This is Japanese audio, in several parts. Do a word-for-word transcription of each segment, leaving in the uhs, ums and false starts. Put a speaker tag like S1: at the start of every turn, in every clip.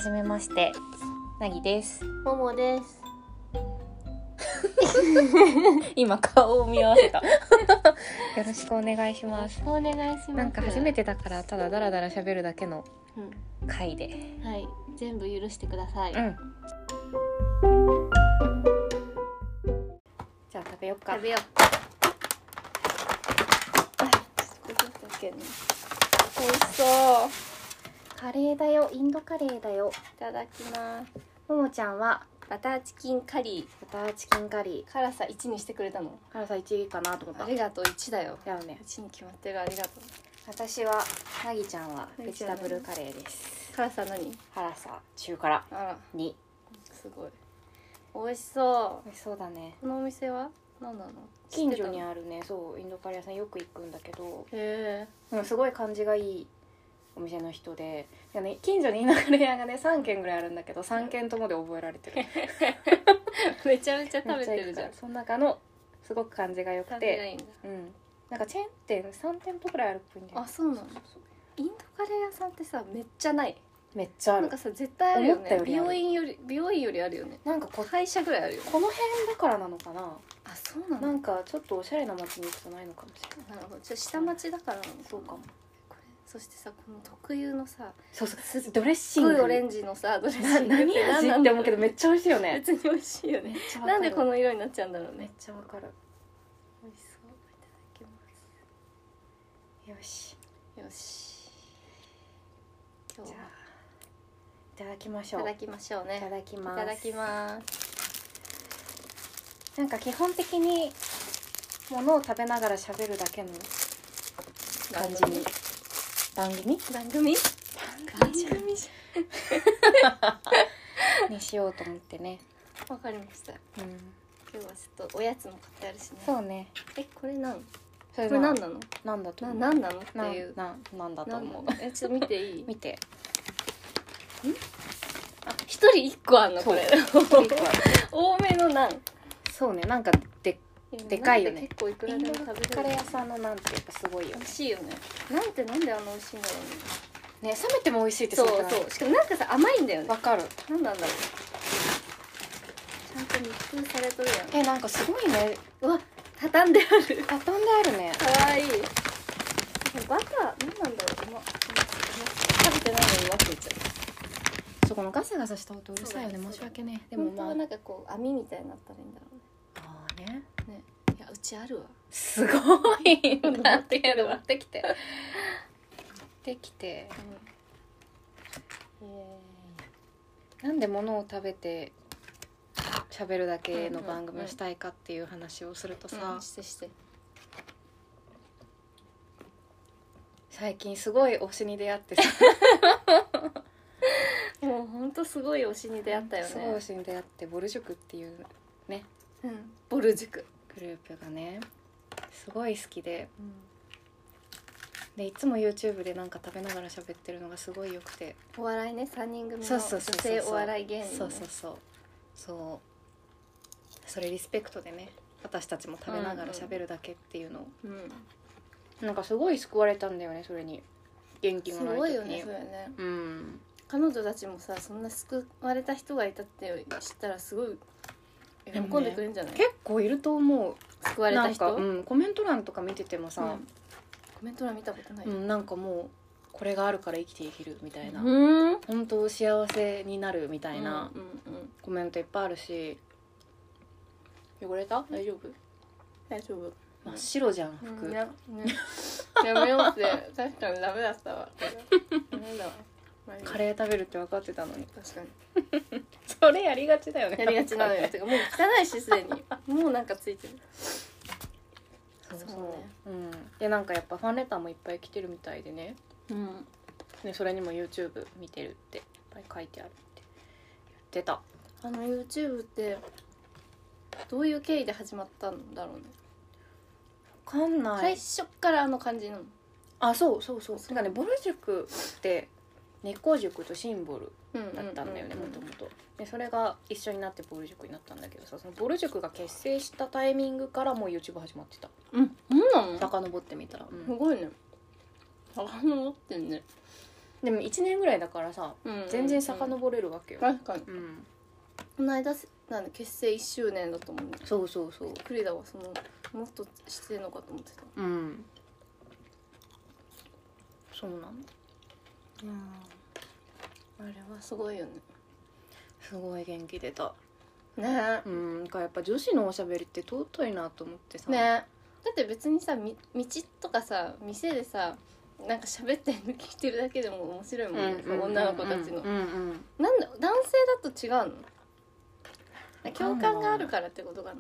S1: じめまして、なぎです。
S2: ももです。
S1: 今顔を見合わせた。よろしくお願いします。
S2: お願いします。
S1: なんか初めてだからただダラダラ喋るだけの回で、
S2: うん、はい、全部許してください。
S1: うん。じゃあ食べよっか。
S2: 食べよう。美味しそう。
S1: カレーだよ、インドカレーだよ。
S2: いただきます。
S1: ももちゃんは
S2: バターチキンカリ
S1: バターチキンカリ
S2: ー。辛さいちにしてくれたの。
S1: ー。辛さいちかなと思った。
S2: ありがとう。いちだよ。
S1: だよね。
S2: いちに決まってる。ありがとう。
S1: 私はなぎちゃんはベジタブルカレーです。
S2: 辛さ何？
S1: 辛さ中辛
S2: あら
S1: に。
S2: すごい。美味しそう。
S1: 美味しそうだね。
S2: このお店は何なの？
S1: 近所にあるね。そう、インドカレー屋さんよく行くんだけど、
S2: へ
S1: うん、すごい感じがいいお店の人で、いや、ね、近所にインドカレー屋がねさんけんぐらいあるんだけど、さんけんともで覚えられてる。
S2: めちゃめちゃ食べてるじゃん。
S1: その中のすごく感じが良く
S2: 感じがい
S1: て、
S2: いんだ。
S1: うん、なんかチェーン店さんてんぽくらいあるっぽいんだよ。
S2: あ、そうなの。インドカレー屋さんってさ、めっちゃない？
S1: めっちゃある。
S2: なんかさ、絶対あるよね。
S1: 思ったよりある。
S2: 美容院より美容院よりあるよね。
S1: なんかこ
S2: 会社ぐらいあるよ。
S1: この辺だからなのかな。
S2: あ、そうなの。
S1: なんかちょっとおしゃれな街に行くとないのかもしれない。
S2: なるほど。ちょっと下町だからなの。
S1: そうかも。
S2: これそしてさ、この特有のさ、
S1: そうそう、
S2: すっ
S1: ドレッシング
S2: ごいオレンジのさ、ドレッシング
S1: な何味って思うけどめっちゃ美味しいよね。
S2: 別に美味しいよね。
S1: めっちゃわかる。
S2: なんでこの色になっちゃうんだろう
S1: めっ
S2: ね。
S1: ちゃわかる。
S2: 美味しそう。いただき
S1: よし。
S2: ます。よし。今日は
S1: じゃあいただきましょう。
S2: いただきましょうね。
S1: いただきます。
S2: いただきます。
S1: なんか基本的に物を食べながら喋るだけの感じに。番組？
S2: 番組？
S1: 番組にしようと思ってね。
S2: わかりました。
S1: うん。
S2: 今日はちょっとおやつも買ってあるしね。
S1: そうね。
S2: え、これ何？
S1: それ
S2: これ何なの？
S1: なんだと思う。
S2: な、何なのって
S1: な
S2: いう。
S1: ななんだと思う。
S2: え、ちょっと見ていい？
S1: 見て。
S2: あ、一人一個あんのこれ。多めのナン。
S1: そうね、なんかででかいよね。
S2: 結構いくら
S1: インド
S2: でも食べれる。
S1: カレー屋さんのなんてやっぱすごいよね。
S2: 美味しいよね。なんてなんであんな美味しいんだろうね。
S1: ね、冷めても美味しいって
S2: そう
S1: くない？
S2: そう。しかもなんかさ、甘いんだよね。
S1: わかる。
S2: なんなんだろう。ちゃんと密封されとるやん。
S1: え、なんかすごいね。
S2: うわ、畳んである。
S1: 畳んであるね。
S2: かわいい。バター、なんなんだろう。うま、食べてないのにうまくいっちゃう。
S1: そこのガサガサした音うるさいよね。申し訳ね。でもまあ
S2: 本当はなんかこう網みたいになったらいいんだろうね。
S1: ああね。
S2: ね、いやうちあるわ。
S1: すごい。だってけど持ってきて。持ってきて。
S2: うん、え
S1: なんで物を食べて喋るだけの番組をしたいかっていう話をするとさ、
S2: ー、うん、してして。
S1: 最近すごい推しに出会ってさ。
S2: もうほんとすごい推しに出会ったよね。
S1: すごい推しに出会って、ボル塾っていうね、
S2: うん、ボル塾
S1: グループがねすごい好きで、
S2: うん、
S1: でいつも YouTube でなんか食べながら喋ってるのがすごいよくて。
S2: お笑いね、さんにん組の女
S1: そうそうそうそう
S2: 性お笑い芸人、ね、
S1: そうそうそうそうそれリスペクトでね、私たちも食べながら喋るだけっていうのを、
S2: うん、
S1: なんかすごい救われたんだよね、それに。元気がない時に。
S2: すごいよねそれね。
S1: うん、
S2: 彼女たちもさ、そんな救われた人がいたって知ったらすごい喜んでくれるんじゃない？
S1: 結構いると思う。
S2: 救われた人、
S1: なんか、うん、コメント欄とか見ててもさ、
S2: うん、コメント欄見たことない、
S1: うん、なんかもうこれがあるから生きていけるみたいな、
S2: うん、
S1: 本当幸せになるみたいな
S2: うんうんうん、
S1: コメントいっぱいあるし。汚れた？大丈夫？
S2: 大丈夫。
S1: 真っ白じゃん服、
S2: うん、ね、ね、やめようって確かにダメだったわ。ダメだわ。
S1: カレー食べるって分かってたのに。
S2: 確かに
S1: それやりがちだよね。
S2: やりがちなのよ。てかもう汚いしすでにもうなんかついてる。
S1: そうそう、
S2: そうね、
S1: うん、でなんかやっぱファンレターもいっぱい来てるみたいでね、
S2: うん、
S1: でそれにも YouTube 見てるっていっぱい書いてあるって言ってた。
S2: あの YouTube ってどういう経緯で始まったんだろうね。
S1: 分かんない。
S2: 最初からあの感じなの。
S1: あ、そうそうそう。てかね、ボル塾って猫塾とシンボルだったんだよね、もともと。でそれが一緒になってボル塾になったんだけどさ、そのボル塾が結成したタイミングからもう YouTube 始まってた。
S2: うん、そうなの？
S1: 遡ってみたら、うん、
S2: すごいね。遡ってんね。
S1: でもいちねんぐらいだからさ、
S2: うんうんうん、
S1: 全然遡れるわけよ。
S2: 確かに、
S1: うん、
S2: この間なんで結成いっしゅうねんだと思う。
S1: そうそうそう。
S2: びっくりだわ、そのもっとしてるのかと思ってた。
S1: うん。そうなんだ。
S2: うん。あれはすごいよね。
S1: すごい元気出た。
S2: ね。
S1: うん。なんかやっぱ女子のおしゃべりって尊いなと思ってさ。
S2: ね。だって別にさ、み道とかさ、店でさ、なんか喋ってるの聞いてるだけでも面白いもんね、うんうんうん、女の子たちの、うんうん、なんで男性だと違うの？共感があるからってことかな。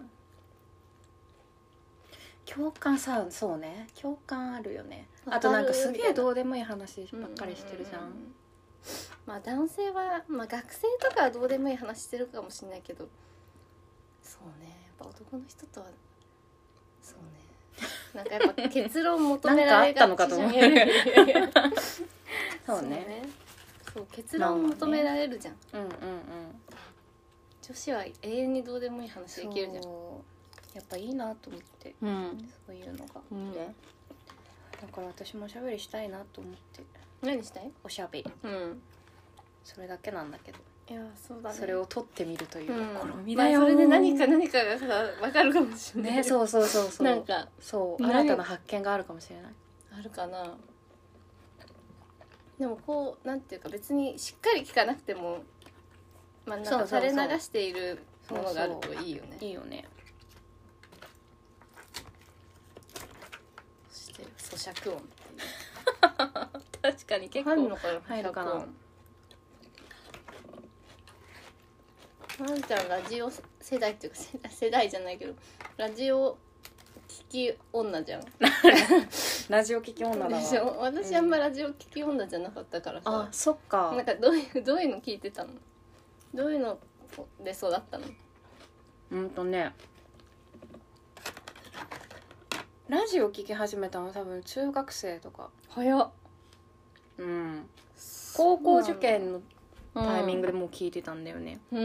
S1: 共感さ、そうね、共感あるよね。あとなんかすげえどうでもいい話ばっかりしてるじゃん、うんうんうん、
S2: まあ男性は、まあ、学生とかはどうでもいい話してるかもしれないけど、そうね、やっぱ男の人とはそうね、なんかやっぱ結論求められがちじゃん。なんかあったのかと思う。そうね。そう結論求められるじゃん。うんうんうん。女子は永遠にどうでもいい話できるじゃん。
S1: やっぱいいなと思って、うん、そういうのが、うんね。だから私もおしゃべりしたいなと思って。
S2: 何したい？
S1: おしゃべり。うん。それだけなんだけど。
S2: いやそうだね。
S1: それを取ってみるという
S2: 試みだよ、まあ、それで何か何かがさ分かるかもしれないね。
S1: そうそうそうそう。
S2: なんか
S1: そう新たな発見があるかもしれない。
S2: あるかな。でもこうなんていうか別にしっかり聞かなくても、まあなんか垂れ流しているものがあるといいよね。
S1: いいよね。
S2: そして咀嚼音っていう
S1: 確かに結構
S2: 入るのかな、入るかな。なんちゃんラジオ世代っていうか世代、世代じゃないけどラジオ聞き女じゃん。
S1: ラジオ聞き女だわ。
S2: 私あんまラジオ聞き女じゃなかったからさ、うん、
S1: あ、そっか。
S2: なんかどういうどういうの聞いてたの？どういうので育ったの？
S1: うんとね、ラジオ聞き始めたの多分中学生とか。
S2: 早っ。
S1: うん。高校受験のタイミングでもう聞いてたんだよね。うん。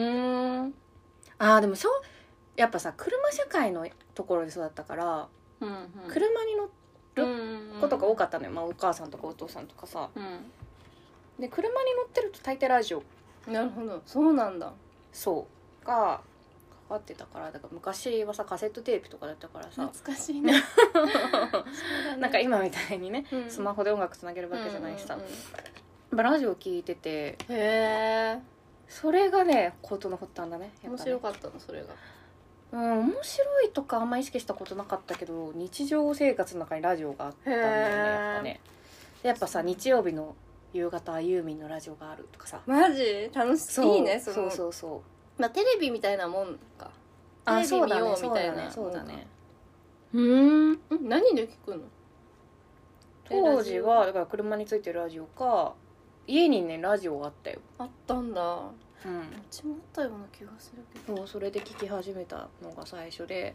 S1: ああでもそうやっぱさ車社会のところで育ったから、うんうん、車に乗ることが多かったのよ。まあお母さんとかお父さんとかさ。うん、で車に乗ってると大抵ラジオ。
S2: なるほど。そうなんだ。
S1: そうがかかってたから、だから昔はさカセットテープとかだったからさ。
S2: 懐かしいね。ね
S1: なんか今みたいにね、うん、スマホで音楽つなげるわけじゃないしさ。うんうんうん、ラジオ聞いてて、へー、それがね事の発端だね。やっぱね面
S2: 白かったのそれが。
S1: うん、面白いとかあんま意識したことなかったけど日常生活の中にラジオがあったんだよね。やっぱね。でやっぱさ日曜日の夕方ユーミンのラジオがあるとかさ。
S2: マジ楽しそう。いいね。その
S1: そうそうそう。
S2: まあテレビみたいなもんか。テレビ見ようみたいな。
S1: そうだね。
S2: うーん。何で聞くの？
S1: 当時はだから車についてるラジオか家にねラジオがあったよ。
S2: あったんだ。うん、うちもあったような気がするけど。
S1: そうそれで聞き始めたのが最初で、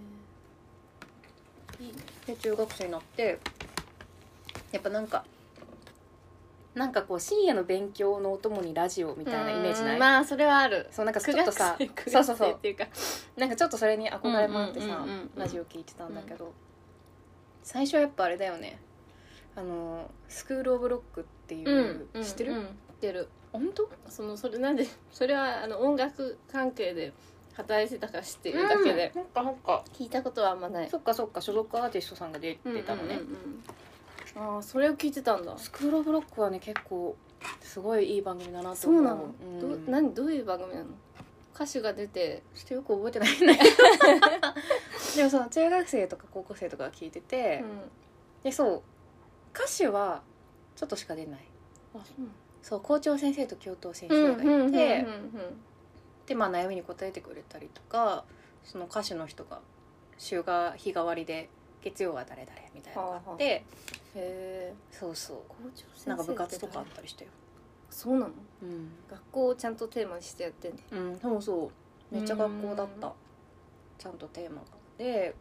S1: いいね。で中学生になってやっぱなんかなんかこう深夜の勉強のお供にラジオみたいなイメージない？
S2: まあそれはある。
S1: そうなんかちょっとさそうそうそうっていうかなんかちょっとそれに憧れもあってさラジオ聞いてたんだけど、うん、最初はやっぱあれだよね。あのスクールオブロックっていう、うん、知ってる？うん、知
S2: ってる。
S1: 本当？
S2: そのそれなんでそれはあの音楽関係で働いてたから知ってるだけで、
S1: うん、そっかそっか
S2: 聞いたことはあんまない。
S1: そっかそっか所属アーティストさんが出てたのね。うん
S2: うんうんうん、ああそれを聞いてたんだ。
S1: スクールオブロックはね結構すごいいい番組だなと思う。
S2: そうなの？うん、ど何どういう番組なの？歌手が出て
S1: ちょっとよく覚えてないんだけどでもその中学生とか高校生とかが聞いてて、うん、でそう歌手はちょっとしか出ない。あそうなの？そう校長先生と教頭先生がいて、でまあ悩みに答えてくれたりとか、その歌手の人が週が日替わりで月曜は誰々みたいなのがあって、へえそうそう校長先生なんか部活とかあったりしたよ。
S2: そうなの？うん、学校をちゃんとテーマにしてやってんね。
S1: うんそうそうめっちゃ学校だった。ちゃんとテーマがで、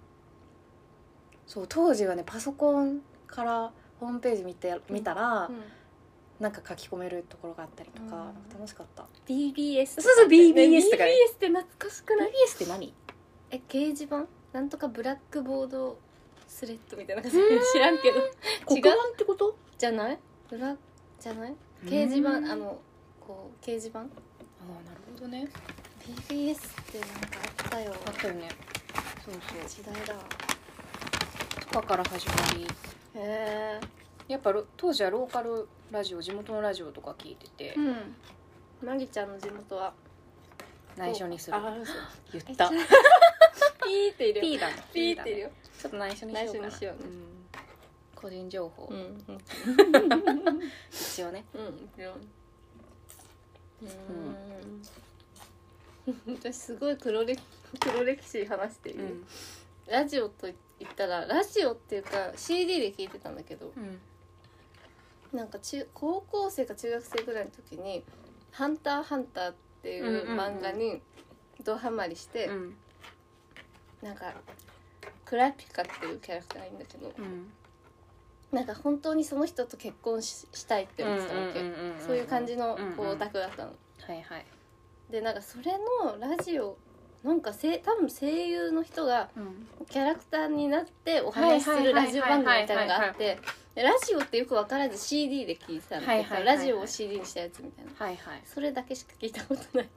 S1: そう当時はねパソコンからホームページ見て見たら、うんうんなんか書き込めるところがあったりとか、うん、なんか楽しかった。
S2: ビービーエス
S1: そうそう ビービーエス とか、ね、
S2: ビービーエス って懐かしくない？
S1: ビービーエス って何？
S2: え掲示板なんとかブラックボードスレッドみたいな感じ知らんけど
S1: 黒板ってこと？
S2: じゃない？ブラじゃない？掲示板、あのこう掲示板。ああ、
S1: なるほどね。
S2: ビービーエス ってなんかあったよ。
S1: あったよね。そうそう。
S2: 時代だ。
S1: とかから始まり。へえ。やっぱ当時はローカルラジオ、地元のラジオとか聞いてて。
S2: うん。マギちゃんの地元は
S1: 内緒にする。
S2: あ、
S1: 言った。
S2: ピーっているよ。
S1: ピーだ。
S2: ピーっているよ。
S1: ちょっと内緒にしようかな。
S2: 内緒にしようね。
S1: 個人情報。
S2: うん。
S1: 一応ね。
S2: うん。うん。私すごい黒歴黒歴史話している。ラジオと言ったらラジオっていうか シーディー で聞いてたんだけど、うん、なんか中高校生か中学生ぐらいの時に「ハンターハンター」っていう漫画にドハマりして、うん、なんかクラピカっていうキャラクターがいるんだけど、うん、なんか本当にその人と結婚 し, したいって思ってたわけ。そういう感じのこうオタクだったの。はいはい。でなんかそれのラジオなんかせ多分声優の人がキャラクターになってお話しするラジオ番組みたいなのがあって、ラジオってよく分からず シーディー で聞いてたんだけど、ラジオを シーディー にしたやつみたいな、はいはい、それだけしか聞いたことない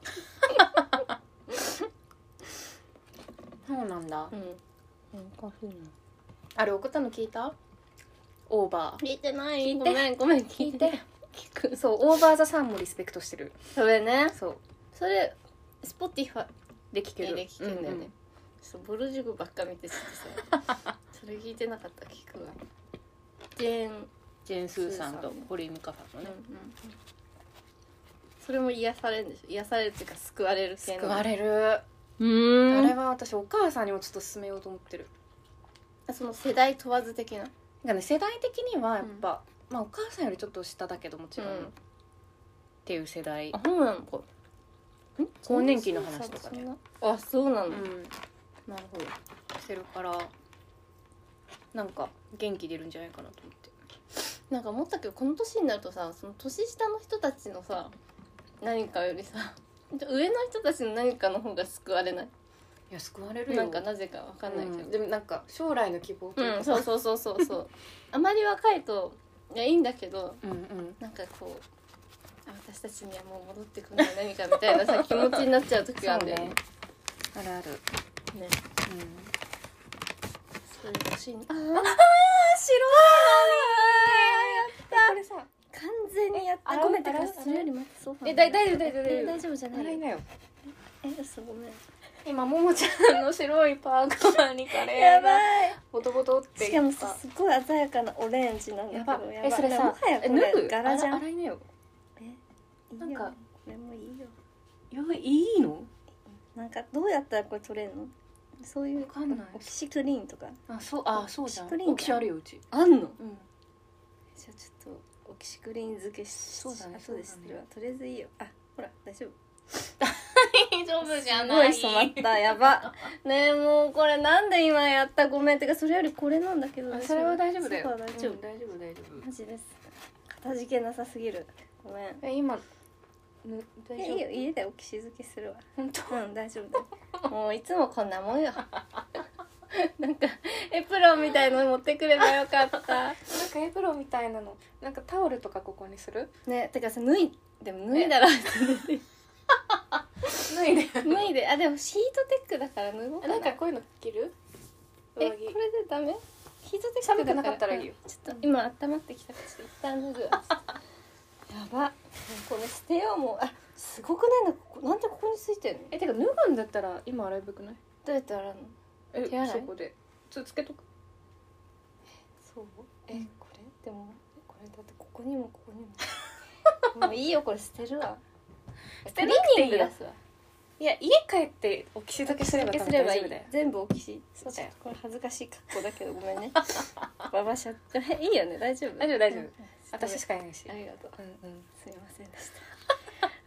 S1: そうなんだ。うん。
S2: なんかふうな
S1: あれ送ったの聞いた？オーバー
S2: 聞いてない。ごめんごめん聞いて
S1: 聞く。そうオーバーザさんもリスペクトしてる。
S2: それね。
S1: そう
S2: それスポティファ
S1: で聞ける。
S2: で聞けるんだよね。うんうん、そうボル塾ばっか見ててさそれ聞いてなかった。聞くわ。ジェーン
S1: ジェーンスーさんと堀井美香さんのね、うんうん、
S2: それも癒されるんでしょ。癒されるっていうか救われる系の。
S1: 救われる。うーん、あれは私お母さんにもちょっと勧めようと思ってる。
S2: その世代問わず的な。
S1: なんかね、世代的にはやっぱ、うん、まあお母さんよりちょっと下だけどもちろん、うん、っていう世代。
S2: あ、そうなのか。
S1: 更年期の話とかね。
S2: あ、そうなの、うん、
S1: なるほどしてるからなんか元気出るんじゃないかなと思って。
S2: なんか思ったけどこの年になるとさ、その年下の人たちのさ何かよりさ上の人たちの何かの方が救われない？
S1: いや救われるよ。
S2: なんかなぜかわかんないけど、うん、
S1: でもなんか将来の希望というか、
S2: うん、そうそうそうそうそうあまり若いといやいいんだけど、うんうん、なんかこう私たちにはもう戻ってくるの何かみたいなさ気持ちになっちゃう時があるんだよね。
S1: あるあるね。うん。
S2: それ欲しいね。ああ白いのにやったこれさ完全にやった。ごめん、だからそれより待ってソファー。え、大丈夫大丈夫大丈夫じゃない。洗いなよ。え、嘘ごめん。
S1: 今ももちゃんの白いパーカーにカレー
S2: やばい
S1: ボトボトって
S2: しかもさすごい鮮やかなオレンジなんだけどやばい。
S1: えそれさ
S2: もはやこれ柄じゃん。
S1: 洗いなよ。
S2: えなんかこれもいいよ。
S1: やばいいいの？
S2: なんかどうやったらこれ取れるの？そういう
S1: わかんない。
S2: オキシクリーンとか。
S1: あそうあそうじゃん。
S2: オキ
S1: シあるようち。
S2: あんの？うん。じゃあちょっとオキシクリーン漬けし
S1: そうだね。
S2: そうですね。とりあえずいいよ。あほら大丈夫。
S1: 大丈夫じゃない。
S2: すごい染まったやば。ねえもうこれなんで今やったごめんってかそれよりこれなんだけど。
S1: それは大丈夫だよ。
S2: 大丈夫、
S1: うん、大丈夫大丈夫。
S2: マジです。片付けなさすぎる。ごめん。
S1: え今ぬ大丈夫？
S2: いいよ家でオキシ漬けするわ。
S1: 本当？
S2: うん大丈夫だよ。もういつもこんなもんよ。なんかエプロンみたいの持ってくればよかった。なんか
S1: エプロンみたいなのなんかタオルとかここにする？
S2: ねてかさ脱いでも脱いだら。
S1: 脱いで
S2: 脱いであでもヒートテックだから脱ごうかな。
S1: なんかこういうの着る？
S2: えこれでダメ？ヒートテック
S1: 寒くなかったらいいよ。
S2: ちょっと今温まってきたからちょっと一旦脱ぐ。やばこれ捨てようもう。あすごくないのなんでここについてんの？
S1: えてか脱ぐんだったら今洗いぶくない？
S2: どうやって洗うの？
S1: え手洗い？そこでつつけとく。
S2: そうえこれでもこれだってここにもここにももういいよこれ捨てるわ。
S1: 捨てなくていいよ。いや家帰ってオキシ漬けすれば大丈夫だよ。
S2: 全部オキシ。
S1: そうだよ。
S2: これ恥ずかしい格好だけどごめんね。ババシャいいよね大丈夫
S1: 大丈夫大丈夫。私しかいないし。
S2: ありがとう。うんうんすいませんでした。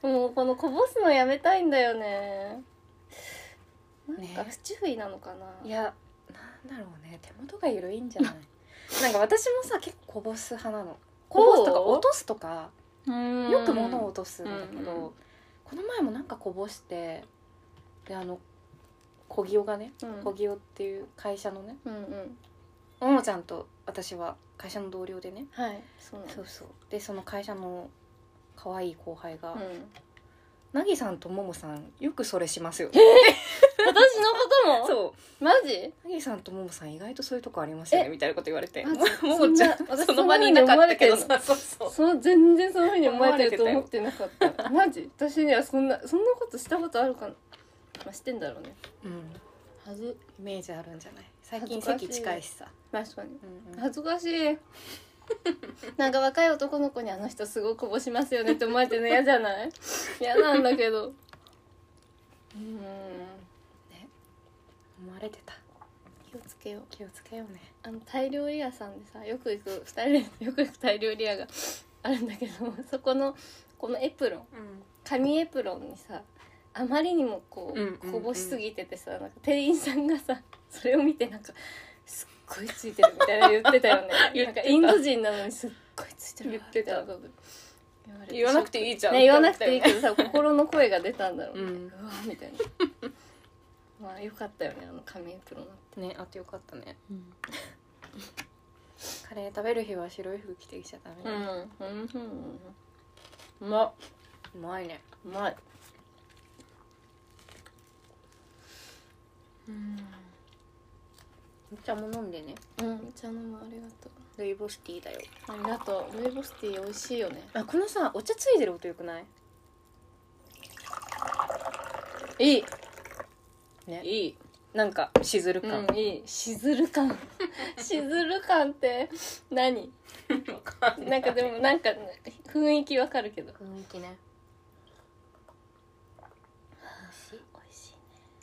S2: もうこのこぼすのやめたいんだよね。なんか不注意なのかな。
S1: いやなんだろうね手元が緩いんじゃない？なんか私もさ結構こぼす派なの。こぼすとか落とすとかよく物を落とすんだけど、うんうん、この前もなんかこぼしてであの小ギオがね、うん、小ギオっていう会社のね、うんうん、 ももちゃんと私は会社の同僚でね、
S2: はいそうなんです。
S1: そうそうでその会社の可愛い後輩が、
S2: うん、
S1: なぎさんとももさんよくそれしますよ
S2: 私のことも
S1: そう
S2: マジ
S1: なぎさんとももさん意外とそういうとこありますよねみたいなこと言われて、
S2: マジ
S1: ももちゃん
S2: そんな
S1: その場にいなかったけどさ、そうそう
S2: そう全然そのふうに思われてると思ってなかったマジ私にはそんなそんなことしたことあるかな、まあ、してんだろうね。
S1: うん
S2: はず
S1: イメージあるんじゃない？最近席近いしさ。
S2: 確かに、
S1: うんうん、
S2: 恥ずかしいなんか若い男の子にあの人すごいこぼしますよねって思われてるの嫌じゃない？嫌なんだけどうーん
S1: ね思われてた。
S2: 気をつけよう。
S1: 気をつけようね。
S2: あのタイ料理屋さんでさよく行くふたりでよく行くタイ料理屋があるんだけどそこのこのエプロン
S1: うん
S2: 紙エプロンにさあまりにもこう,、
S1: うんうんうん
S2: こぼしすぎててさなんか店員さんがさそれを見てなんかすっごいついてるみたいな言ってたよね
S1: 言ってた
S2: なんかインド人なのにすっごいついてる
S1: 言ってた
S2: みいなこと言われて
S1: 言わなくていいじゃん、
S2: ね、言わなくていいけどさ心の声が出たんだろうね、
S1: うん、
S2: うわみたいなまあよかったよねあの紙エプロンなって
S1: ねあってよかったね、うん、カレー食べる日は白い服着てきちゃダメだね、
S2: うんうんうんうまっ
S1: うまいね。
S2: うまいうん
S1: お茶も飲んでね。
S2: うん茶飲むありがとう。
S1: ルイボスティーだよ。
S2: ありがとう。ルイボスティー美味しいよね。
S1: あこのさお茶ついてる音よくない？
S2: いい
S1: ね
S2: いい
S1: なんかしずる感、
S2: うん、いいしずる感しずる感って何なんかでもなんか雰囲気わかるけど
S1: 雰囲気ね。
S2: 美味しい美味しいね。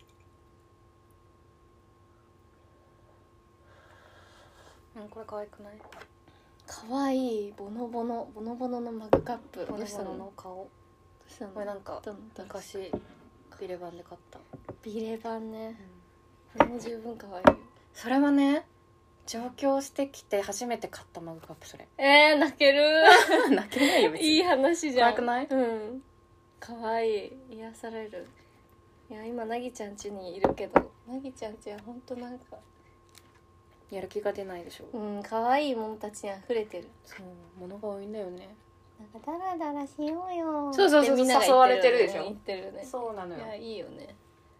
S1: うんこれ可愛くない？
S2: かわいいボノボノボノボノのマグカップ。
S1: ボノボノ
S2: どうしたの？
S1: の顔。
S2: どうしたの？
S1: これなんか
S2: どうしたの
S1: 昔ビレ版で買った、
S2: ビレ版ね、
S1: うん、
S2: これも十分かわいいよ。
S1: それはね上京してきて初めて買ったマグカップ。それ
S2: えー、泣ける
S1: 泣けないよ別に。
S2: いい話じゃん。
S1: 可愛くない？
S2: うんかわいい癒される。いや今なぎちゃん家にいるけどなぎちゃん家はほんとなんか
S1: やる気が出ないでしょ。
S2: うん可愛いものたちに溢れてる。
S1: そう物が多いんだよね。
S2: なんかダラダラしようよ
S1: そうそうそう
S2: ってみんなが
S1: 誘われてるでしょ。
S2: 言ってるね。
S1: そうなのよ。
S2: いやいいよね。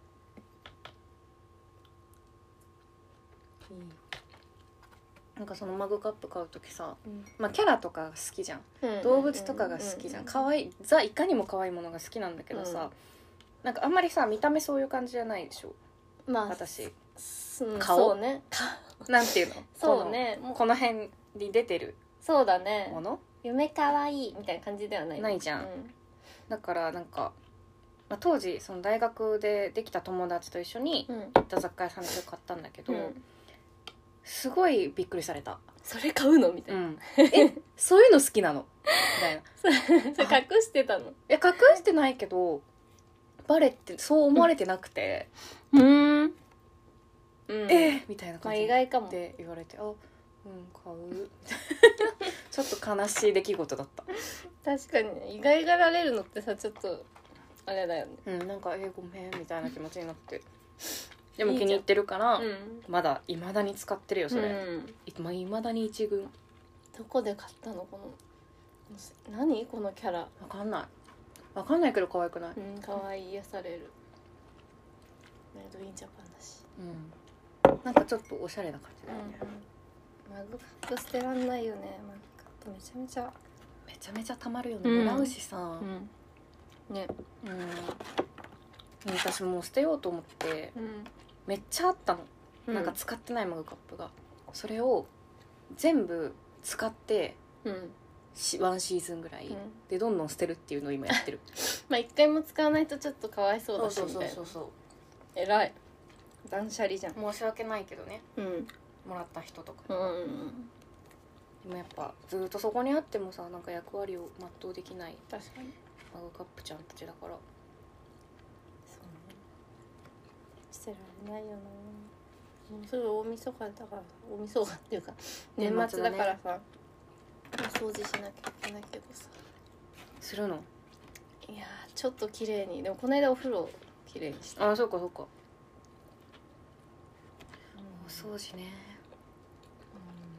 S1: いいなんかそのマグカップ買うときさ、
S2: うん
S1: まあキャラとかが好きじゃん、
S2: うん
S1: 動物とかが好きじゃん、可愛いザいかにも可愛いものが好きなんだけどさ、うんなんかあんまりさ見た目そういう感じじゃないでしょ。
S2: まあ
S1: 私、
S2: うん、
S1: 顔
S2: そうね
S1: なんていうの
S2: そうね
S1: このこの辺に出てる
S2: そうだね
S1: もの
S2: 夢かわいいみたいな感じではない
S1: ないじゃん、
S2: うん、
S1: だからなんか、まあ、当時その大学でできた友達と一緒に
S2: うん
S1: 行った雑貨屋さんでそれ買ったんだけど、
S2: うん
S1: すごいびっくりされた。
S2: それ買うのみたいな、
S1: うん、えそういうの好きなのみたいな。
S2: それ隠してたの？
S1: いや隠してないけどバレってそう思われてなくて、
S2: うん、うん、
S1: えー、みたいな
S2: ま
S1: 感じ
S2: あ意外かも
S1: って言われて、あうん買うちょっと悲しい出来事だった。
S2: 確かにね意外がられるのってさちょっとあれだよね。
S1: うんなんかえー、ごめんみたいな気持ちになってでも気に入ってるから
S2: うん
S1: まだいまだに使ってるよそれ、
S2: うん
S1: いまあ、未だに一軍。
S2: どこで買ったのこの何このキャラ。
S1: わかんないわかんないけど可愛くない？
S2: うん可愛い癒される。メイドインジャパンだし、
S1: うんなんかちょっとおしゃれな感じだよね、
S2: うん、マグカップ捨てらんないよね。マグカップめちゃめちゃ
S1: めちゃめちゃたまるよね、
S2: うん
S1: もらうしさ、
S2: うんね
S1: うん私もう捨てようと思って
S2: うん
S1: めっちゃあったの、
S2: うん
S1: なんか使ってないマグカップがそれを全部使って
S2: うん
S1: しワンシーズンぐらい、
S2: うん
S1: でどんどん捨てるっていうのを今やってる
S2: まあ一回も使わないとちょっとかわいそうだしみたいな。
S1: そう
S2: 偉い断捨離じゃん。
S1: 申し訳ないけどね
S2: うん
S1: もらった人とか、
S2: うんうん
S1: でもやっぱずっとそこにあってもさなんか役割を全うできない
S2: 確かに
S1: マグカップちゃんたちだから
S2: そうね捨てられないよな。もうすぐ大晦日だから大晦日っていうか年末だからさ、掃除しなきゃいけないけどさ
S1: するの？
S2: いやーちょっと綺麗にでもこの間お風呂綺麗にした。
S1: あそうかそうか、お掃除ね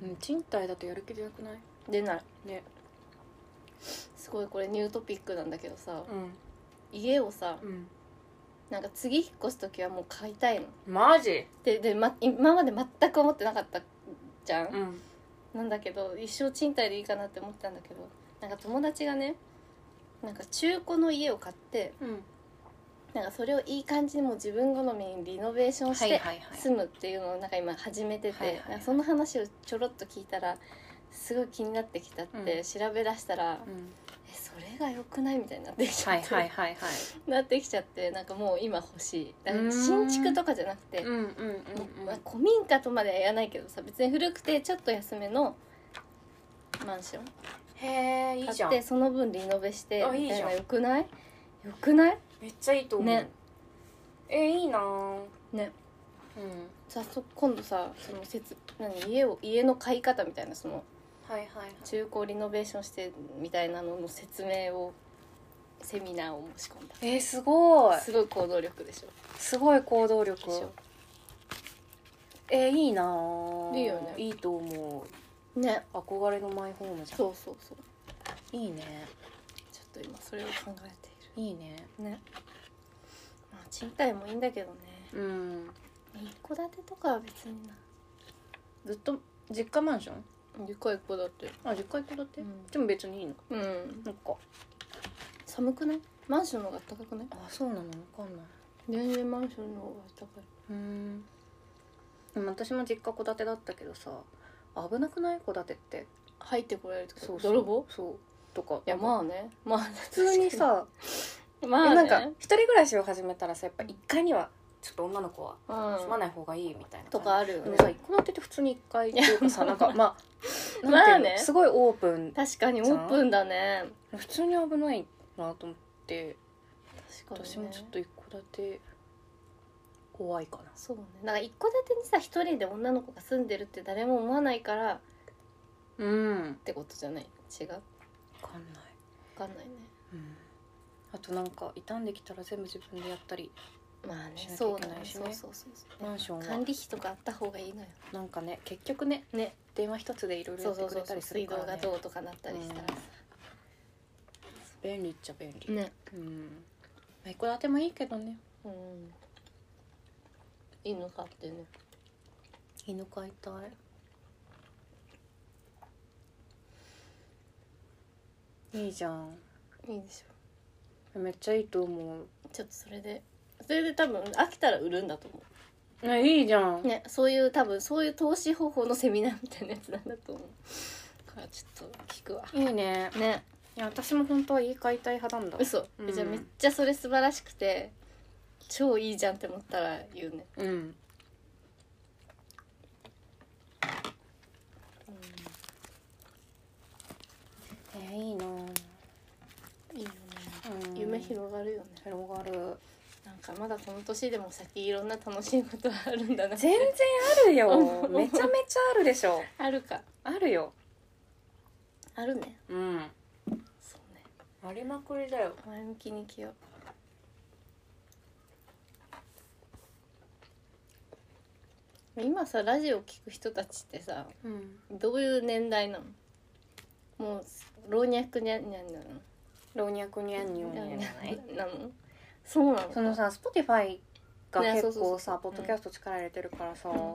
S1: うん、賃貸だとやる気出なくない？
S2: 出ない
S1: ね。
S2: すごいこれニュートピックなんだけどさ、
S1: うん
S2: 家をさ、
S1: うん、
S2: なんか次引っ越す時はもう買いたいの
S1: マジ
S2: でで、ま、今まで全く思ってなかったじゃん、
S1: うん、
S2: なんだけど一生賃貸でいいかなって思ってたんだけど、なんか友達がね、なんか中古の家を買って、
S1: うん、
S2: なんかそれをいい感じにもう自分好みにリノベーションして
S1: はいはいはい
S2: 住むっていうのをなんか今始めてて、
S1: はいはいはい
S2: なんかその話をちょろっと聞いたらすごい気になってきたって、
S1: うん
S2: 調べ出したら、
S1: うん、
S2: えそれが良くないみたいになってきちゃって、
S1: はいはいはいはい
S2: なってきちゃって、なんかもう今欲しい。だから新築とかじゃなくて、
S1: うんうんうん
S2: もうまあ
S1: うん、
S2: 古民家とまでは言わないけどさ、別に古くてちょっと安めのマンション
S1: へえ、いいじゃん。
S2: 買ってその分リノベして
S1: あいいじゃん
S2: みたいな、よくない？よくない？
S1: めっちゃいいと思う。
S2: ね。
S1: えー、いいなー。
S2: ね。
S1: うん。
S2: さそ今度さ、その説何家を家の買い方みたいな、その
S1: はいはいはい。
S2: 中古をリノベーションしてみたいなのの説明をセミナーを申し込んだ。
S1: えー、すごい。
S2: すごい行動力でしょ。
S1: すごい行動力
S2: でしょ。
S1: えー、いいなー。
S2: いいよね
S1: いいと思う。
S2: ね。
S1: 憧れのマイホームじゃん。
S2: そうそうそう。
S1: いいね。
S2: ちょっと今それを考えている。
S1: いいね。
S2: ね。まあ賃貸もいいんだけどね。
S1: うん。
S2: 一戸建てとかは別にな。
S1: ずっと実家マンション？
S2: でかい戸建て。
S1: あ、実家一戸建て、
S2: うん
S1: でも別にいいの？
S2: うん。
S1: なんか。
S2: 寒くない？マンションの方が暖かくない？
S1: あ、そうなの？わかんない。
S2: 全然マンションの方が暖かい。
S1: うん。でも私も実家戸建てだったけどさ、危なくない？戸建てって。
S2: 入ってこられるとか。
S1: そうそう、
S2: 泥棒？
S1: そうとか。
S2: いやまあね。まあ
S1: 普通にさ、
S2: まあね。
S1: えなんか一人暮らしを始めたらさ、やっぱいっかいにはちょっと女の子は
S2: うん
S1: 住まない方がいいみたいな
S2: とかあるよね。
S1: でもさ、一戸建てって普通にいっかいっていうかさ、なんかまあなんていうの、
S2: まあね
S1: すごいオープン、
S2: 確かにオープンだね。
S1: 普通に危ないなと思って、
S2: 確かにね。
S1: 私もちょっと一戸建て怖いかな。
S2: そうね。なんか一戸建てにさ一人で女の子が住んでるって誰も思わないから
S1: うん
S2: ってことじゃない？違う？
S1: 分かんない、
S2: 分かんないね。
S1: うん、あとなんか傷んできたら全部自分でやったり、
S2: まあね、
S1: しなきゃ
S2: そうだね
S1: いけないしね
S2: そうそうそうそう。
S1: マンションは
S2: 管理費とかあった方がいいのよ。
S1: なんかね、結局ね
S2: ね。
S1: 電話一つでいろいろ
S2: そうそうそう
S1: やってくれたりす
S2: 水
S1: るからね、
S2: 道がどうとかなったりしたらさ。
S1: 便利っちゃ便利、
S2: ね。
S1: うん、一戸建てもいいけどね。
S2: うん。犬飼ってね。
S1: 犬飼いたい。いいじゃん。
S2: いいでしょ。
S1: めっちゃいいと思う。
S2: ちょっとそれでそれで多分飽きたら売るんだと思
S1: ね、いいじゃん。
S2: うね。そういう多分そういう投資方法のセミナーみたいなやつなんだと思うからちょっと聞くわ。
S1: いいね。
S2: ね。
S1: いや私も本当は家買いたい派なんだ。
S2: 嘘、
S1: うん、
S2: じゃあめっちゃそれ素晴らしくて超いいじゃんって思ったら言うね。
S1: うん。
S2: うん、
S1: えー、いいな。
S2: いいよね、
S1: うん、
S2: 夢広がるよね。
S1: 広がる。
S2: なんかまだこの年でも先いろんな楽しいことはあるんだなって。
S1: 全然あるよ。めちゃめちゃあるでしょ。
S2: あるか。
S1: あるよ。
S2: あるね。
S1: うん。
S2: そうね。
S1: ありまくりだよ。
S2: 前向きに生きよう。今さラジオ聞く人たちってさ
S1: うん。
S2: どういう年代なの？もう老若にゃんにゃんなの？
S1: 老若にゃんにょんにゃんじゃない
S2: なの？そうなの？
S1: そのさ、Spotify が
S2: ね
S1: 結構
S2: そうそうそう
S1: さ、ポッドキャスト力入れてるからさ、
S2: うん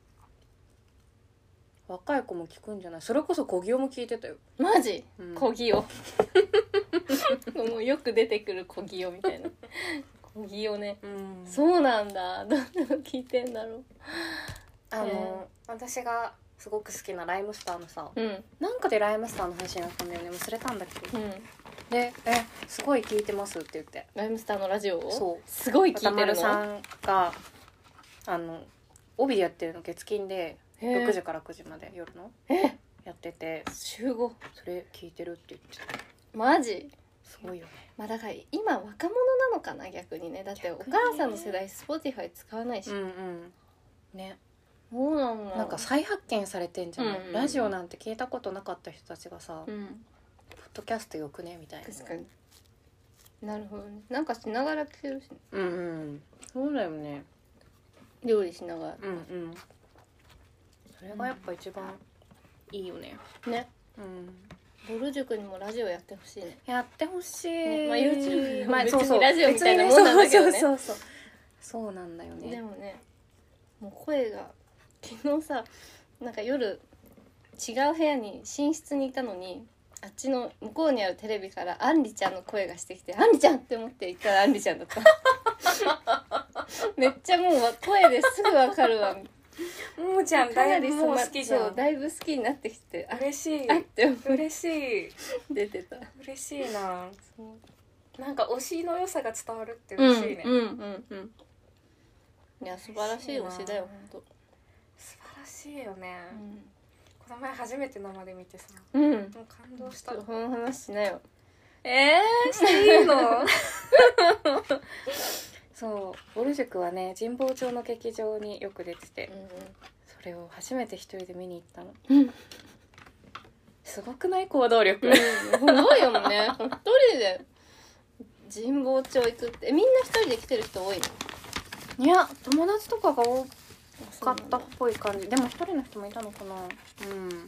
S1: 若い子も聞くんじゃない？それこそ小木も聞いてたよ。
S2: マジ？
S1: うん
S2: 小木をもうよく出てくる小木をみたいな小木をね、
S1: うん、
S2: そうなんだ。どんなの聞いてんだろう。
S1: あの、
S2: え
S1: 私がすごく好きなライムスターのさ、
S2: うん
S1: なんかでライムスターの話になったんだよね、忘れたんだけど、
S2: うん
S1: で「えすごい聞いてます」って言って、
S2: ライムスターのラジオを
S1: そう
S2: すごい聞いて
S1: 歌
S2: るの？
S1: 丸さんがあの帯でやってるの月金で
S2: へー
S1: ろくじからくじまで夜の
S2: え
S1: やってて、
S2: 集合
S1: それ聞いてるって言ってた。
S2: マジ？
S1: すごいよね。
S2: まあだから今若者なのかな逆にね。だってお
S1: 逆にね
S2: 母さんの世代 Spotify 使わないし、
S1: うんうんね、
S2: そうなんだ。
S1: なんか再発見されてんじゃない、
S2: うんうんうん
S1: ラジオなんて聞いたことなかった人たちがさ、
S2: うん
S1: ポッドキャストよくねみたいな。
S2: 確かに。なるほどね。なんかしながら聞けるし、ね、
S1: うんうんそうだよね。
S2: 料理しながら。
S1: うんうんそれがやっぱ一番いいよね。
S2: ね、
S1: うん、
S2: ボル塾にもラジオやってほしいね。
S1: やってほしい、
S2: ね、まあ YouTube
S1: まあ
S2: 別にラジオみたいなもんなんだけどね。
S1: そうそうそうそうなんだよね。
S2: でもね、もう声が昨日さ、なんか夜違う部屋に寝室にいたのに、あっちの向こうにあるテレビからあんりちゃんの声がしてきて、あんりちゃんって思って言ったらあんりちゃんだっためっちゃもう声ですぐわかるわ。
S1: ももちゃんだいぶもう好きじゃん。
S2: そうだいぶ好きになってきて、
S1: 嬉しい。
S2: あって思う。
S1: 嬉しい。
S2: 出てた。
S1: 嬉しいな。そうなんか推しの良さが伝わるって嬉しいね。
S2: うんうんうんうん。いや素晴らしい推しだよ本当。
S1: 素晴らしいよね。
S2: うん、
S1: この前初めて生で見てさ、
S2: うん、もう
S1: 感動した。
S2: この話しなよ。
S1: えー、していいのそうボル塾はね神保町の劇場によく出てて、うんうん、それを初めて一人で見に行ったの、うん、すごくない行動力、うん、
S2: すごいよね一人で神保町行くって。みんな一人で来てる人多いの？
S1: いや友達とかが多かったっぽい感じ。でも一人の人もいたのかな。うん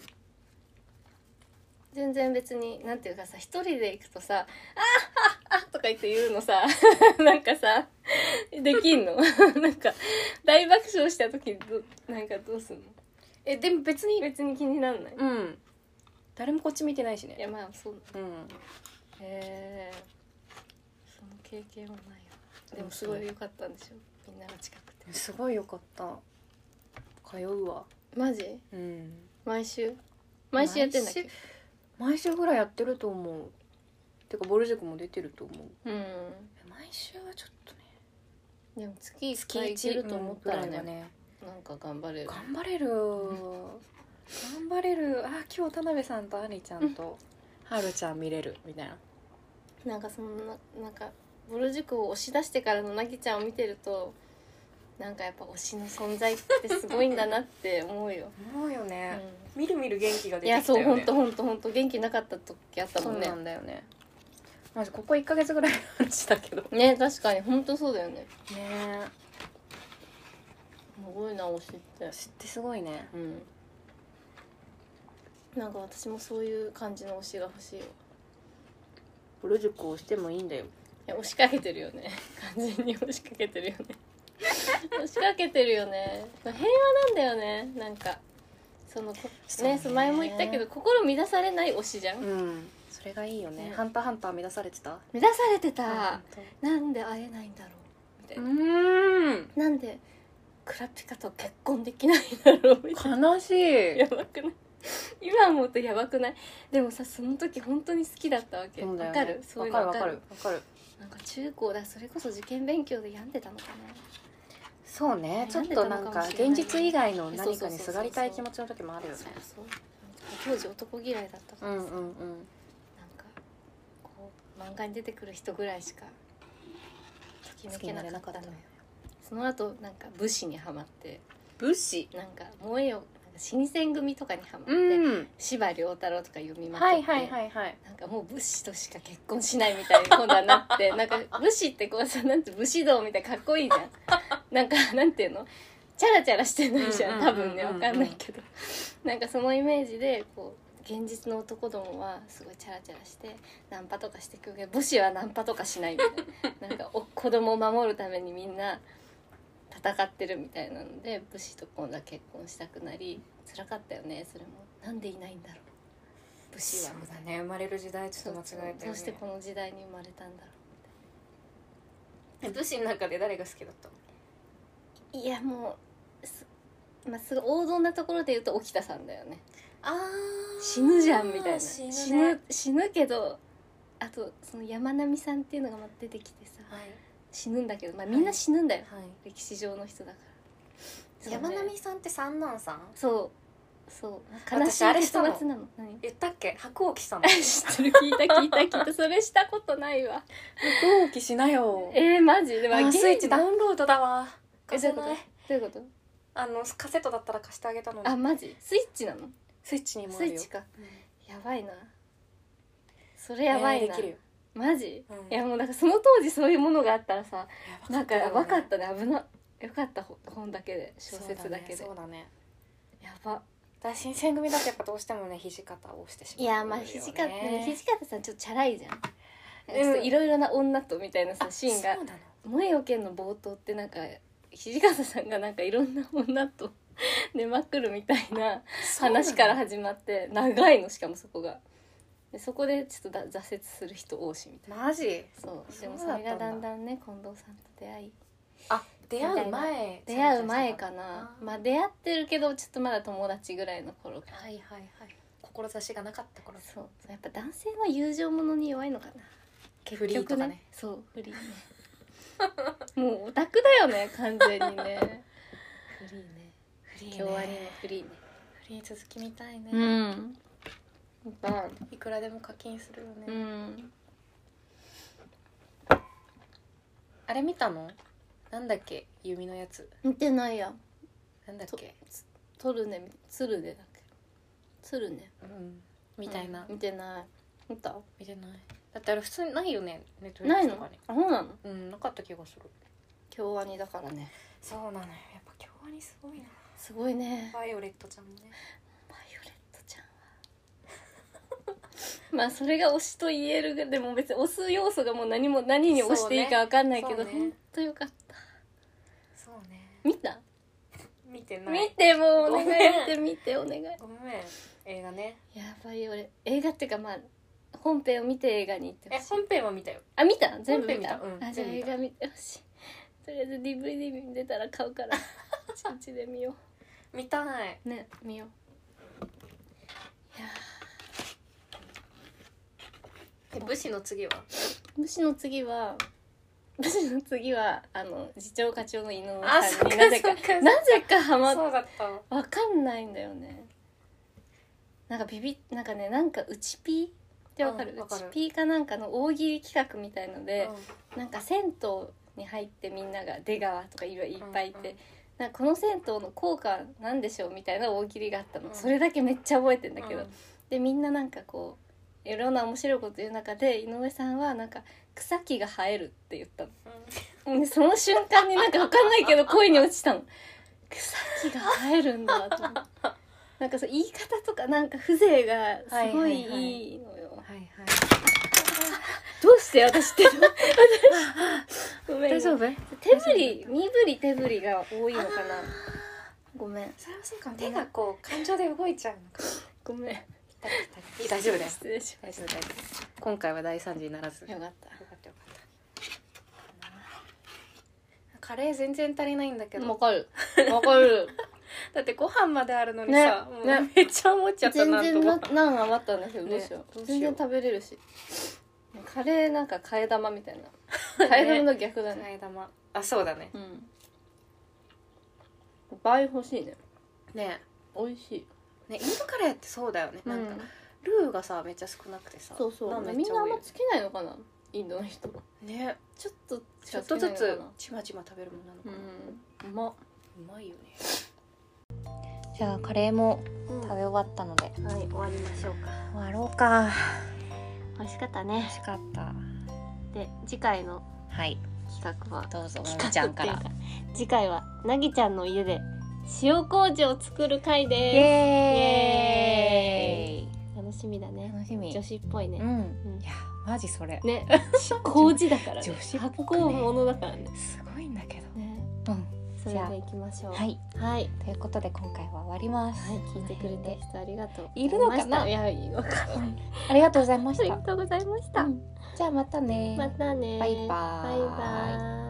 S2: 全然別になんていうかさ、一人で行くとさ、あーああとか言って言うのさなんかさできんのなんか大爆笑した時どなんかどうすんの？
S1: えでも別に
S2: 別に気になんない？
S1: うん、誰もこっち見てないしね。
S2: いやまあそうだ、うん、へえその経験はないよ。でもすごい良かったんでしょ、みんなが近くて。
S1: すごい良かった。通うわ。
S2: マジ？うん。毎週毎週やってんだっけ？
S1: 毎週ぐらいやってると思う。てかボル塾も出てると思う。うん。毎週はちょっとね。
S2: でも月いっかい行けると思ったらね、うん、ねなんか頑張れる。
S1: 頑張れる。頑張れる。あ今日田辺さんとありちゃんとはるちゃん見れるみたいな。
S2: なんかそのななんかボル塾を押し出してからのなぎちゃんを見てると。なんかやっぱ推しの存在ってすごいんだなって思うよ
S1: 思うよね、うん、みるみる元気が出てきたよね。
S2: いやそうほんとほんとほんと元気なかった時あったもんね。
S1: そうなんだよね。マジここいっかげつぐらいの話だけど
S2: ね。確かにほんとそうだよね。ねすごいな推しって。
S1: 推しってすごいね。
S2: うんなんか私もそういう感じの推しが欲しいよ。
S1: ボル塾を押してもいいんだよ。
S2: いや押しかけてるよね完全に押しかけてるよね押しかけてるよね。平和なんだよね。なんかそのこねそう前も言ったけど心乱されない推しじゃん、うん、
S1: それがいいよね、うん、ハンターハンター乱されてた
S2: 乱されてた。なんで会えないんだろうみたいな。うーんなんでクラピカと結婚できないんだろうみたいな。
S1: 悲しい。
S2: やばくない今思うとやばくない？でもさその時本当に好きだったわけ。わ、ね、かる？そういうのわかるわかる。なんか中高だそれこそ受験勉強で病んでたのかな。
S1: そうね、ちょっとなんか現実以外の何かにすがりたい気持ちの時もあるよね。そうそう
S2: 当時男嫌いだったからさ、うんうんうん、なんかこう漫画に出てくる人ぐらいしかときめけなかったのよ。その後なんか武士にハマって。
S1: 武士
S2: なんか燃えよ新選組とかにハマって、うん、司馬遼太郎とか読みまくって、はいはいはいはい、なんかもう武士としか結婚しないみたいに今度はなってなんか武士ってこうさなんて武士道みたいなかっこいいじゃんなんかなんていうのチャラチャラしてないじゃん多分ねわかんないけどなんかそのイメージでこう現実の男どもはすごいチャラチャラしてナンパとかしてくるけど武士はナンパとかしないみたいななんかお子供を守るためにみんな戦ってるみたいなので武士と今度は結婚したくなり辛かったよね。それもなんでいないんだろう武士は。
S1: そうだね生まれる時代ちょっと間違えたよね。
S2: そうそうどうしてこの時代に生まれたんだろ
S1: う。武士の中で誰が好きだった
S2: の？いやもうす,、まあ、すごい王道なところで言うと沖田さんだよね。あ死ぬじゃんみたいな死 ぬ,、ね、死ぬ死ぬけどあとその山並さんっていうのが出てきてさ、はい、死ぬんだけど、まあ、みんな死ぬんだよ、はい、歴史上の人だから、
S1: ね、山並さんって三男さん？
S2: そうそう悲しい結末なの。
S1: 何言ったっけ？白鸚したの
S2: 知ってる聞いた聞いた聞いたそれしたことないわ。
S1: 白鸚しなよ。
S2: えー、マジで、
S1: まあ、スイッチダウンロードだわ。
S2: 貸せない。どういうこと？
S1: あのカセットだったら貸してあげたのに。
S2: あマジ？スイッチなの？
S1: スイッチにもあるよ。
S2: スイッチか、うん、やばいなそれやばいな、えー、できるよマジ、うん、いやもうなんかその当時そういうものがあったらさ、ね、なんか分かったね危なよかった本だけで小説だけでそうだね、そうだねやば
S1: だ新選組だとやっぱどうしてもね土方を押してしまう、
S2: いやまあ土方ね土方さんちょっとチャラいじゃん、ちょっといろいろな女とみたいなさシーンが萌えよ剣の冒頭ってなんか土方さんがなんかいろんな女と寝まくるみたいな話から始まって長いの、しかもそこがでそこでちょっとだ挫折する人多しみたいな。
S1: マジ？
S2: そうでもそれがだんだんね近藤さんと出会い、
S1: あ出会う前
S2: 出会う前かな、まあ出会ってるけどちょっとまだ友達ぐらいの頃か、
S1: はいはいはい、志がなかった頃。
S2: そうやっぱ男性は友情ものに弱いのかな結局ね。
S1: フリーとかね。
S2: そうフリーねもうオタクだよね完全にねフリーね
S1: フリーね
S2: 京アニのフリーね
S1: フリー続きみたいね、
S2: うん
S1: いくらでも課金するよね、
S2: うん、
S1: あれ見たの？なんだっけ弓のやつ。
S2: 見てないや。
S1: なんだっけ
S2: トルネ鶴ネだっけ鶴ネ、
S1: うんみたいな、
S2: うん、見てない。見た？
S1: 見てない。だってあれ普通にないよねネットフリックスとかに。
S2: あそうなの？
S1: うんなかった気がする。
S2: 京アニだからね。
S1: そうなのよ、やっぱ京アニすごいな。
S2: すごいね。
S1: バイオレットちゃんもね。
S2: バイオレットちゃんはまあそれが推しと言えるが、でも別に推す要素がもう何も何に推していいか分かんないけど、ね、ほんとよかった。
S1: そうね。
S2: 見た？
S1: 見てない。
S2: 見てもうお願いして見てお願い。
S1: ごめん映画ね。
S2: やばい俺映画っていうかまあ本編を見て映画に行ってほしい。
S1: え本編は見たよ。
S2: あ見た？全部見た。
S1: 見た、うん、
S2: あじゃあ映画見てほしい。とりあえず ディーブイディー 出たら買うから一日で見よ
S1: う。見たい。
S2: ね見よう。いや
S1: え武士の次は？
S2: 武士の次は武士の次はあの次長課長の井上
S1: あ
S2: さんになぜかなぜかハマっ
S1: そうだった
S2: わかんないんだよね。なんかビビなんかねなんかうちピーってわかる？
S1: うんわかる
S2: うちピーかなんかの大喜利企画みたいので、
S1: うん、
S2: なんか銭湯に入ってみんなが出川とかいっぱいいて、
S1: うんうん、
S2: なんかこの銭湯の効果なんでしょうみたいな大喜利があったの、
S1: うん、
S2: それだけめっちゃ覚えてんだけど、
S1: うん、
S2: でみんななんかこういろんな面白いこと言う中で井上さんはなんか草木が生えるって言ったの、うん、でその瞬間になんか分かんないけど恋に落ちたの。草木が生えるんだと思ってなんかそう言い方とかなんか風情がすごいいいのよ。
S1: はいはい、
S2: どうして私ってごめん
S1: 大丈夫？
S2: 手振り身振り手振りが多いのかな。ごめん。
S1: それはそうかも。手がこう感情で動いちゃうのか。
S2: ごめん。
S1: 大丈夫です。
S2: 失礼しました。
S1: 今回は大惨事にならず。
S2: よかった。よか
S1: ったよかった。カレー全然足りないんだけど。
S2: わかる。わかる。
S1: だってご飯まであるのにさ、
S2: ねね、
S1: もうめっちゃ余っちゃったなと思った。
S2: 全然ナン余ったんだけどどうしよう。
S1: ね、
S2: 全然食べれるし。カレーなんか替え玉みたいな。替え玉の逆だね。
S1: 替え玉。あ、そうだね。
S2: うん。倍欲しいね。
S1: ね、
S2: 美味しい。
S1: ね、インドカレーってそうだよね。なんか、うん、ルーがさめっちゃ少なくてさ。
S2: そうそう。みんなあんまつけないのかな。インドの人。
S1: ね、
S2: ちょっと
S1: ちょっとずつちまちま食べるものなのかな。
S2: うん。うま。う
S1: まいよね。じゃあカレーも食べ終わったので、
S2: うん、はい終わりましょうか。
S1: 終わろうか。
S2: 美味しかったね。
S1: 美味しかった。
S2: で次回の
S1: はい
S2: 企画は
S1: どうぞなぎちゃんから。
S2: 次回はなぎちゃんの家で塩麹を作る回です。イ
S1: エーイ。
S2: 楽しみだね。
S1: 楽しみ。
S2: 女子っぽいね。
S1: うん。うん、いやマジそれ。
S2: ね。麹だからね。
S1: 女子っぽくね。
S2: 発酵物だからね。
S1: すごいんだけど。
S2: ね。
S1: うん。
S2: それでいきましょう。
S1: はい、
S2: はい、
S1: ということで今回は終わります。
S2: はい、聞いてくれた人ありがとう。
S1: いるのかな。
S2: いやいいのか。
S1: ありがとうございました。
S2: ありがとうございました。
S1: うん、じゃあまたね。
S2: またね。
S1: バイバイ。
S2: バイバイ。